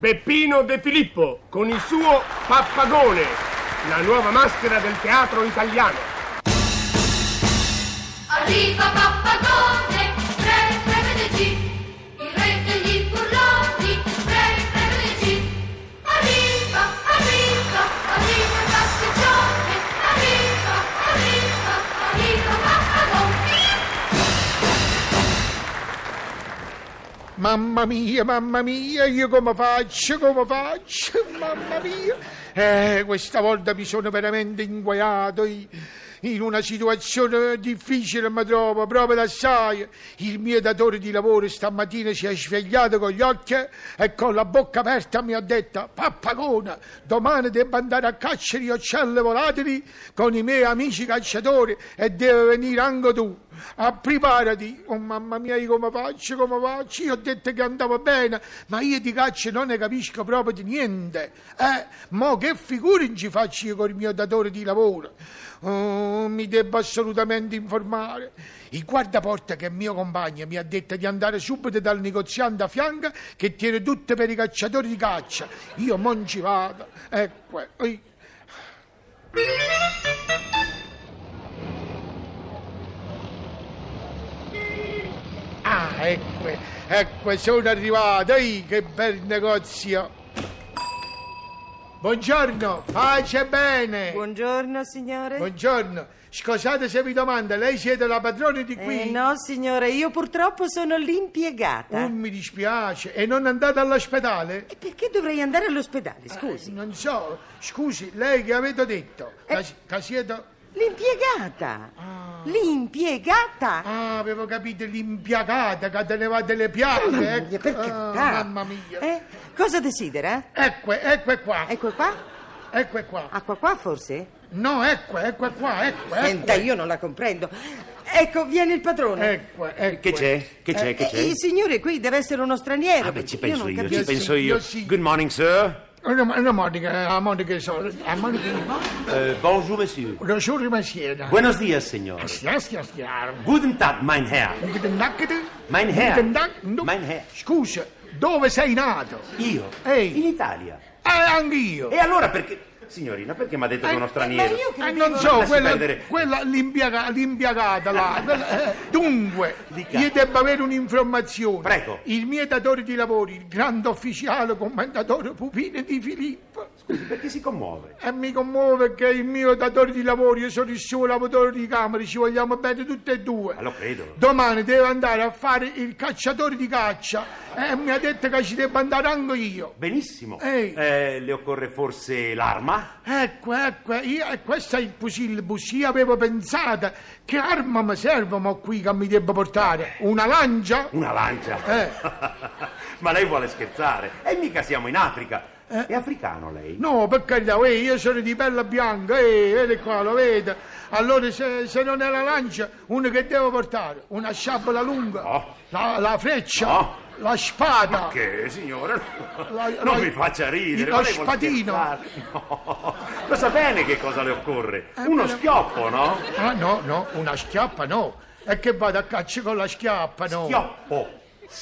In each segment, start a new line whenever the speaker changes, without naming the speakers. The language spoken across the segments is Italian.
Peppino De Filippo con il suo Pappagone, la nuova maschera del teatro italiano.
Arriva Pappagone, re, prevede il re degli burloni, re, prevede Arriva il pasticcione, arriva Pappagone.
Mamma mia, io come faccio, mamma mia. Questa volta mi sono veramente inguaiato in una situazione difficile, mi trovo proprio assai. Il mio datore di lavoro stamattina si è svegliato con gli occhi e con la bocca aperta mi ha detto: Pappagone, domani devo andare a caccia di uccelli volatili con i miei amici cacciatori e deve venire anche tu. Preparati. Oh mamma mia, io come faccio? Io ho detto che andava bene, ma io di caccia non ne capisco proprio di niente. Mo che figure ci faccio io con il mio datore di lavoro? Mi devo assolutamente informare. Il guardaporta, che è mio compagno, mi ha detto di andare subito dal negoziante a fianco che tiene tutte per i cacciatori di caccia. Io non ci vado. Ecco. Ecco, sono arrivato. Che bel negozio. Buongiorno, pace bene.
Buongiorno, signore.
Buongiorno. Scusate se vi domanda, lei siete la padrona di qui?
No, signore, io purtroppo sono l'impiegata.
Mi dispiace. E non andate all'ospedale?
E perché dovrei andare all'ospedale, scusi?
Non so. Scusi, lei che avete detto? Che siete...
L'impiegata. L'impiegata.
Avevo capito, l'impiegata che tenevate le piante.
Mamma mia, per carità.
Mamma mia.
Cosa desidera?
Ecco qua.
Ecco qua?
Ecco qua.
Acqua qua, forse?
No, ecco qua.
Senta, io non la comprendo. Ecco, viene il padrone.
Ecco.
Che c'è?
Il signore qui deve essere uno straniero.
Ci penso
non
io,
capisco.
ci penso io.
Sì.
Good morning, sir.
Monica.
Bonjour, monsieur.
Bonjour, monsieur.
Buenos días, señor. Guten Tag, mein Herr. Mein Herr. Mein Herr.
Scusa, dove sei nato?
Io?
Ehi.
In Italia.
Anch'io.
E allora perché... Signorina, perché mi ha detto che è uno straniero?
Ma io credevo...
Non so,
Lasci
quella l'impiegata là. Dunque,
Dica.
io devo avere un'informazione.
Prego.
Il mio datore di lavoro, il grande ufficiale commendatore Pupino Di Filippo.
Scusi, perché si commuove?
E mi commuove perché il mio datore di lavoro, io sono il suo lavoratore di camera, ci vogliamo bene tutte e due.
Ma lo credo.
Domani deve andare a fare il cacciatore di caccia e mi ha detto che ci devo andare anche io.
Benissimo.
Ehi.
Le occorre forse l'arma?
Ecco, questo è il fusilibus. Io avevo pensato che arma mi serve ma qui che mi devo portare? Una lancia?
Una lancia? Ma lei vuole scherzare? E mica siamo in Africa. È africano lei?
No, per carità, io sono di pelle bianca, vede qua, lo vede. Allora se non è la lancia, uno che devo portare? Una sciabola lunga?
No.
La freccia?
No.
La spada?
Ma che, signore? Non mi faccia ridere.
Lo
ma lei vuole
spadino?
scherzare? No. Lo sa bene che cosa le occorre? Uno schioppo, no?
No, una schiappa no. E che vado a caccia con la schiappa, no?
Schioppo.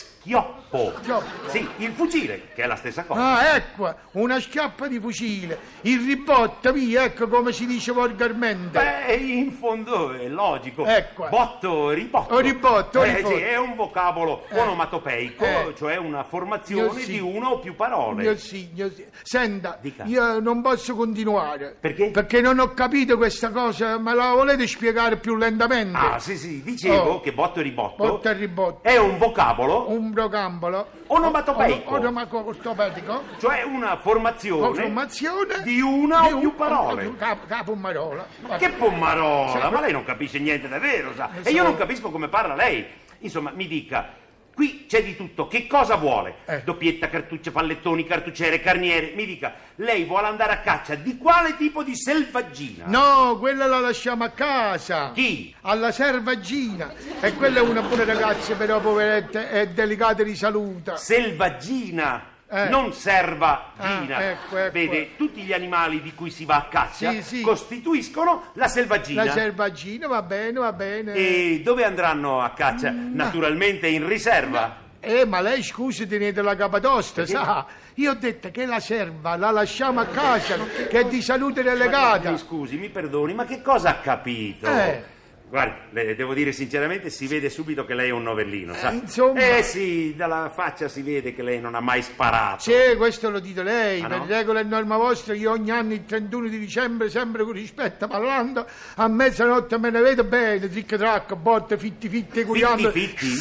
Sì, il fucile, che è la stessa cosa.
Ecco, una schiappa di fucile. Il ribotta, via, ecco come si dice volgarmente.
Beh, in fondo è logico.
Ecco.
Botto, ribotto.
Ribotto.
Sì, è un vocabolo onomatopeico, cioè una formazione di una o più parole.
Mio sì. Senta,
Dica.
io non posso continuare.
Perché?
Perché non ho capito questa cosa, ma la volete spiegare più lentamente?
Sì, dicevo che botto e ribotto
Botto e ribotto.
è un vocabolo
Un procambolo.
onomatopeico,
Onomatopeico.
cioè una formazione di una o più parole.
Capomarola.
Ma che pommarola, ma lei non capisce niente davvero, sa? E io non capisco come parla lei. Insomma, mi dica, qui c'è di tutto, che cosa vuole? Doppietta, cartucce, pallettoni, cartucciere, carniere. Mi dica, lei vuole andare a caccia di quale tipo di selvaggina?
No, quella la lasciamo a casa.
Chi?
Alla servaggina. E quella è una buona ragazza, però poveretta, è delicata di salute.
Selvaggina, non servagina.
Ecco.
Vede, tutti gli animali di cui si va a caccia
Sì.
costituiscono la selvaggina.
La servaggina, va bene.
E dove andranno a caccia? Naturalmente in riserva.
Ma lei scusi, tenete la capatosta, sa? Io ho detto che la serva la lasciamo a casa, che è di salute relegata.
Mi scusi, mi perdoni, ma che cosa ha capito? Guardi, le devo dire sinceramente, si vede subito che lei è un novellino, sa?
Insomma.
Sì, dalla faccia si vede che lei non ha mai sparato.
Sì, questo lo dite lei, per
no?
regola e norma vostra io ogni anno il 31 di dicembre, sempre con rispetto parlando, a mezzanotte me ne vedo bene, zicca tracca, botte, fitti, curiando.
Fitti?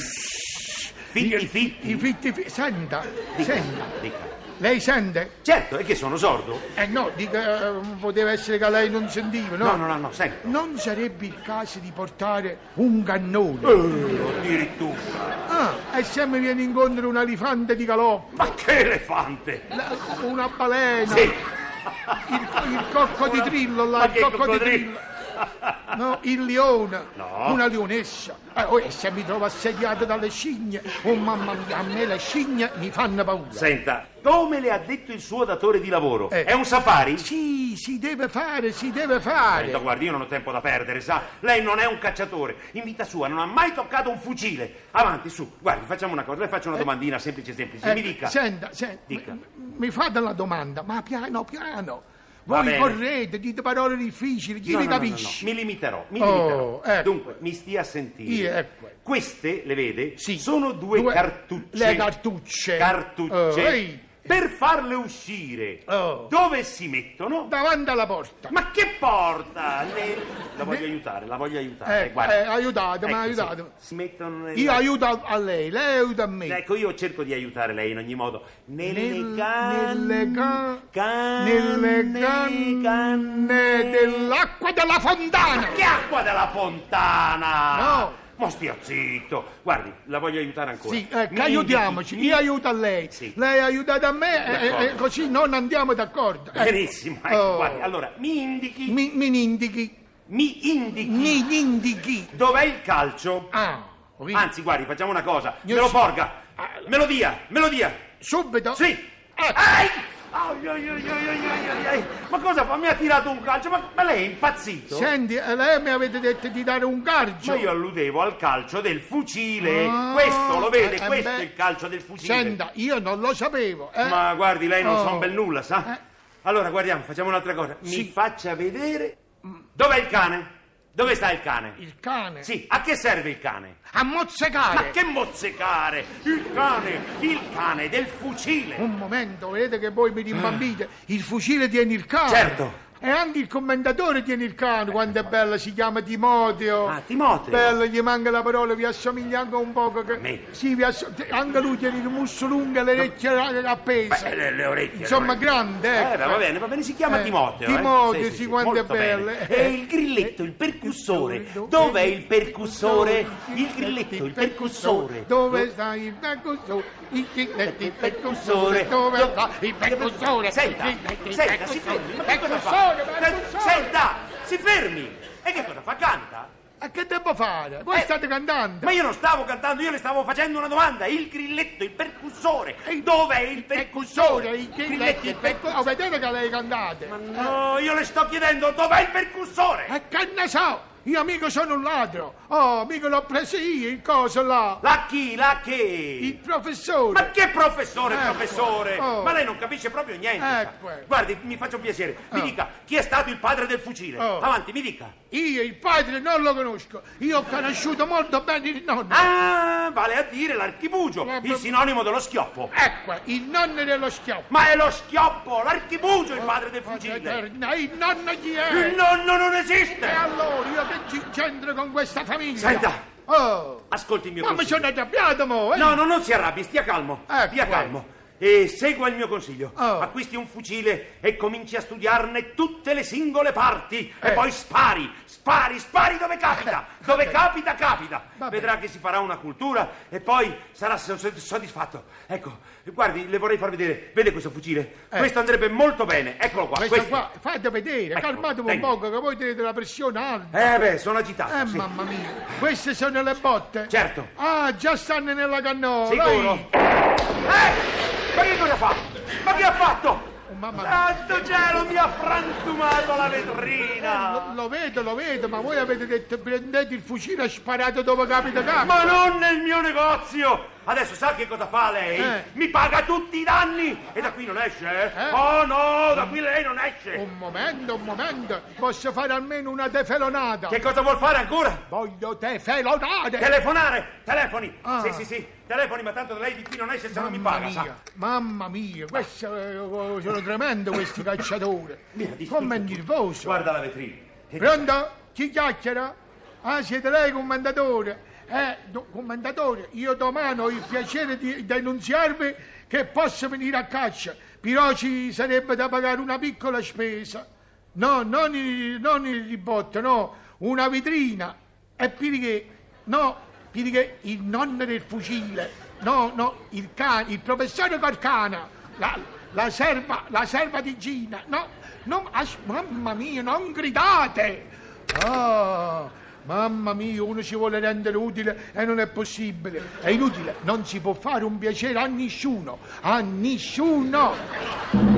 I fitti, senta.
Dica.
Lei sente?
Certo, è che sono sordo.
No, dica, poteva essere che lei non sentiva, no?
No, sento.
Non sarebbe il caso di portare un cannone?
Addirittura.
E se mi viene incontro un elefante di galoppo?
Ma che elefante?
Una balena?
Sì.
Il coccodrillo là,
Ma che
il coccodrillo. No, il leone,
No.
una leonessa. E se mi trovo assediato dalle scimmie, oh mamma mia, a me le scimmie mi fanno paura.
Senta, come le ha detto il suo datore di lavoro? È un safari?
Sì, si deve fare.
Senta, guardi, io non ho tempo da perdere, sa? Lei non è un cacciatore. In vita sua non ha mai toccato un fucile. Avanti, su, guardi, facciamo una cosa. Le faccio una domandina semplice. Mi dica.
Senta,
Dica.
mi fate la domanda, ma piano.
Va
Voi
bene.
correte, dite parole difficili, chi
No,
li
no,
capisce?
Mi limiterò.
Ecco.
Dunque, mi stia a sentire.
Io, ecco.
Queste, le vede,
Sì.
sono due cartucce.
Le cartucce.
Cartucce. Per farle uscire, dove si mettono?
Davanti alla porta.
Ma che porta? La voglio aiutare, guardi.
Aiutatemi,
Ecco,
aiutatemi.
Si mettono nelle...
Io aiuto a lei aiuta a me.
Ecco, io cerco di aiutare lei in ogni modo. Nelle
canne dell'acqua della fontana.
Che acqua della fontana?
No.
Ma stia zitto. Guardi, la voglio aiutare ancora.
Sì,
Mi
aiutiamoci,
indichi-
io aiuto a lei.
Sì.
Lei aiutate a me
D'accordo.
e così non andiamo d'accordo.
Benissimo, ecco, guardi. Allora, mi indichi.
Mi indichi.
Mi indichi.
Mi indichi.
Dov'è il calcio? Anzi, guardi, facciamo una cosa. Me lo porga. Me lo dia.
Subito?
Sì. Ai! Ai. Ma cosa fa? Mi ha tirato un calcio. Ma lei è impazzito?
Senti, lei mi avete detto di dare un calcio.
Ma io alludevo al calcio del fucile. Questo, lo vede? Questo è il calcio del fucile.
Senta, io non lo sapevo.
Ma guardi, lei non sa un bel nulla, sa? Allora, guardiamo, facciamo un'altra cosa. Mi faccia vedere. Dov'è il cane? Dove sta il cane?
Il cane?
Sì, a che serve il cane?
A mozzecare.
Ma che mozzecare? Il cane del fucile.
Un momento, vedete che voi mi rimbambite. Il fucile tiene il cane.
Certo.
E anche il commendatore tiene il cane, quando è bello, si chiama Timoteo.
Timoteo.
Bello, gli manca la parola, vi assomiglia anche un poco. Che...
me?
Sì, anche lui tiene il muso lungo e le orecchie appese.
Le orecchie.
Insomma, grande, ecco.
Va bene, si chiama Timoteo.
Timoteo, sì, quando è
molto
bello.
bene. E il grilletto, il percussore. Dov'è il percussore? Il grilletto, il percussore.
Dove sta il percussore? Il grilletto, il percussore.
percussore.
Dove sta il percussore?
Senta, si fermi. Ma che cosa fa? Senta, si fermi. E che cosa fa? Canta?
E che devo fare? Voi state cantando.
Ma io non stavo cantando, io le stavo facendo una domanda. Il grilletto, il percussore. Dov'è il percussore?
Il grilletto, il percussore. Vedete che lei cantate?
No, io le sto chiedendo dov'è il percussore.
E che ne so? Io mica sono un ladro. Mica l'ho preso io il coso là.
La chi? La che?
Il professore.
Ma che professore,
Ecco.
professore?
Oh.
Ma lei non capisce proprio niente. sa.
Ecco.
Guardi, mi faccia un piacere. Mi dica, chi è stato il padre del fucile? Avanti, mi dica.
Io il padre non lo conosco. Io ho conosciuto molto bene il nonno.
Ah, vale a dire l'archibugio, il sinonimo dello schioppo.
Ecco, il nonno dello schioppo.
Ma è lo schioppo, l'archibugio il padre del fucile.
Il nonno chi è?
Il nonno non
E
esiste.
allora io che c'entro con questa famiglia?
Senta,
Oh,
ascolti il mio
ma mi
consiglio.
sono arrabbiato, mo,
No, non si arrabbi, stia calmo.
Ecco.
Stia calmo. E segua il mio consiglio.
Oh.
Acquisti un fucile e cominci a studiarne tutte le singole parti. E poi spari dove capita. Dove capita.
Va
Vedrà che si farà una cultura e poi sarà soddisfatto. Ecco, guardi, le vorrei far vedere. Vede questo fucile? Questo andrebbe molto bene. Eccolo qua.
questo qua, fate vedere,
Ecco,
calmatevi un
tenga.
poco, che voi tenete la pressione alta.
Sono agitato. sì.
Mamma mia, queste sono le botte?
Certo.
Ah, già stanno nella cannola.
Sicuro? Ma che cosa fa? Ma che ha fatto?
Mamma mia.
Santo cielo, mi ha frantumato la vetrina!
Lo vedo, ma voi avete detto prendete il fucile e sparate dove capita.
Ma non nel mio negozio! Adesso sa che cosa fa lei? Mi paga tutti i danni e da qui non esce, Oh no, da qui lei non esce.
Un momento. Posso fare almeno una tefelonata?
Che cosa vuol fare ancora?
Voglio tefelonare!
Telefonare! Telefoni! Sì, telefoni, ma tanto lei di qui non esce se non mi paga, sa.
Mamma mia, questi sono tremendo questi cacciatori. Come è nervoso.
Guarda la vetrina.
Pronto? Chi chiacchiera? Ah, siete lei, commendatore? Commendatore, io domani ho il piacere di denunziarvi che posso venire a caccia, però ci sarebbe da pagare una piccola spesa. No, non il ribotto, no, una vetrina. E perché il nonno del fucile, no, il cane, il professore Corcana, la serva di Gina, mamma mia, non gridate! Mamma mia, uno ci vuole rendere utile e non è possibile. È inutile, non si può fare un piacere a nessuno.